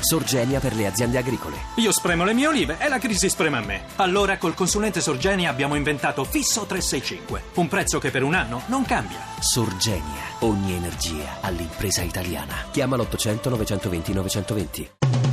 Sorgenia per le aziende agricole. Io spremo le mie olive e la crisi sprema me. Allora col consulente Sorgenia abbiamo inventato Fisso 365, un prezzo che per un anno non cambia. Sorgenia, ogni energia all'impresa italiana. Chiama l'800 920 920.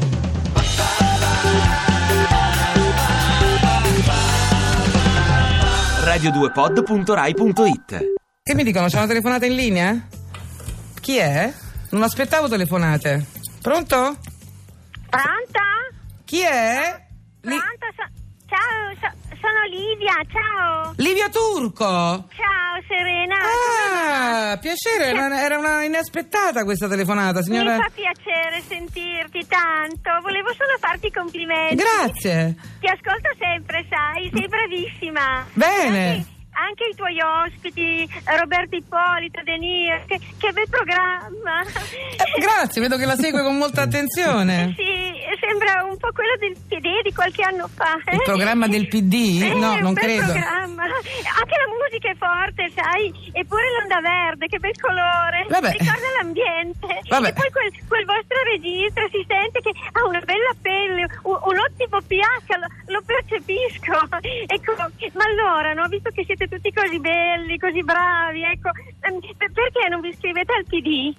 radio2pod.rai.it. Che mi dicono? C'è una telefonata in linea? Chi è? Non aspettavo telefonate. Pronto? Pronto? Chi è? Pronto? Ciao, sono Livia, ciao. Livia Turco. Ciao Serena. Ah, piacere, era una inaspettata questa telefonata, signora. Mi fa piacere sentirti tanto, volevo solo farti complimenti. Grazie. Ti ascolto sempre, sai, sei bravissima. Bene. Anche i tuoi ospiti, Roberto Ippolito, Denir, che bel programma. Grazie, vedo che la segue con molta attenzione. Sì, sembra un po' quello del PD di qualche anno fa. Il programma del PD? No, non credo. Programma. Anche la musica è forte, sai? Eppure l'onda verde, che bel colore. Vabbè. Ricorda l'ambiente. Vabbè. E poi quel vostro regista si sente che ha una bella pelle, un ottimo pH, lo percepisco. Ecco, ma allora, no, visto che siete tutti così belli, così bravi, ecco, perché non vi iscrivete al PD?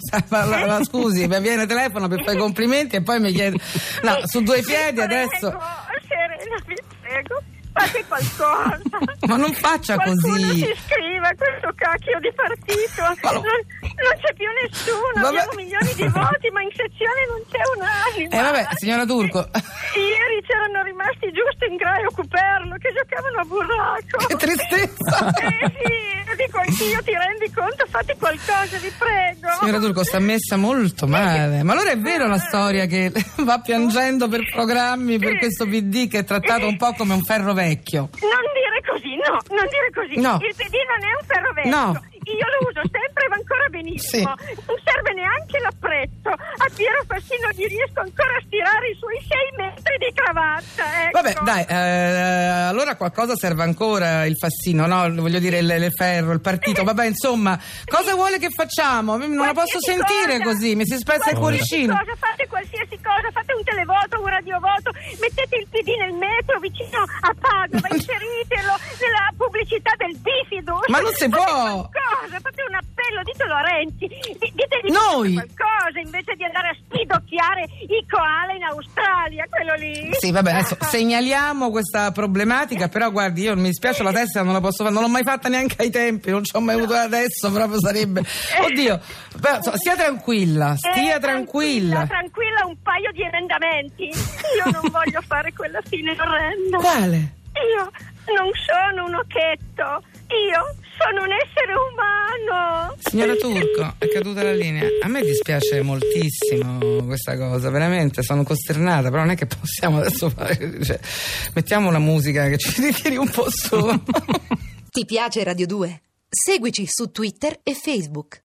Ma scusi, mi viene il telefono per fare i complimenti e poi mi chiede. No, su due piedi adesso. Serena, vi prego, fate qualcosa. Ma non faccia Qualcuno così. si iscriva a questo cacchio di partito. Non c'è più nessuno, Vabbè. abbiamo milioni di voti, ma in sezione non c'è un'anima. Vabbè, signora Turco. Ieri c'erano rimasti giusto in Graio Cuperlo che giocavano a burraco. Che tristezza. Sì, dico anch'io, ti rendi conto? Fate qualcosa, vi prego. Signora Turco, sta messa molto male. Ma allora è vero la storia che va piangendo per programmi, per questo PD che è trattato un po' come un ferro vecchio? Non dire così, no, non dire così. No. Il PD non è un ferro vecchio. No. Io lo uso sempre e va ancora benissimo. Sì. Non serve neanche l'apprezzo. A Piero Fassino gli riesco ancora a stirare i suoi 6 metri di cravatta. Ecco. Vabbè, dai, allora qualcosa serve ancora il Fassino, no? Voglio dire il ferro, il partito. Vabbè, insomma, cosa vuole che facciamo? Non la posso sentire così, mi si spezza il cuoricino. Fate qualsiasi cosa, fate un televoto, un radiovoto, mettete il PD nel metro vicino a Padova, inseritelo nella pubblicità del Bifidus. Ma non si può! Fate un appello, ditelo a Renzi, ditegli Noi? qualcosa invece di andare a spidocchiare i koala in Australia, quello lì. Sì, vabbè, adesso segnaliamo questa problematica, però guardi, io mi dispiace, la testa non la posso fare, non l'ho mai fatta neanche ai tempi, non ci ho mai avuto adesso, proprio sarebbe. Oddio, però, stia tranquilla, tranquilla. Tranquilla, un paio di emendamenti. Io non voglio fare quella fine orrenda. Quale? Io non sono un occhetto, io sono un essere umano. Signora Turco, è caduta la linea. A me dispiace moltissimo questa cosa, veramente sono costernata, però non è che possiamo adesso fare, cioè, mettiamo una musica che ci ritiri un po' su. Ti piace Radio 2? Seguici su Twitter e Facebook.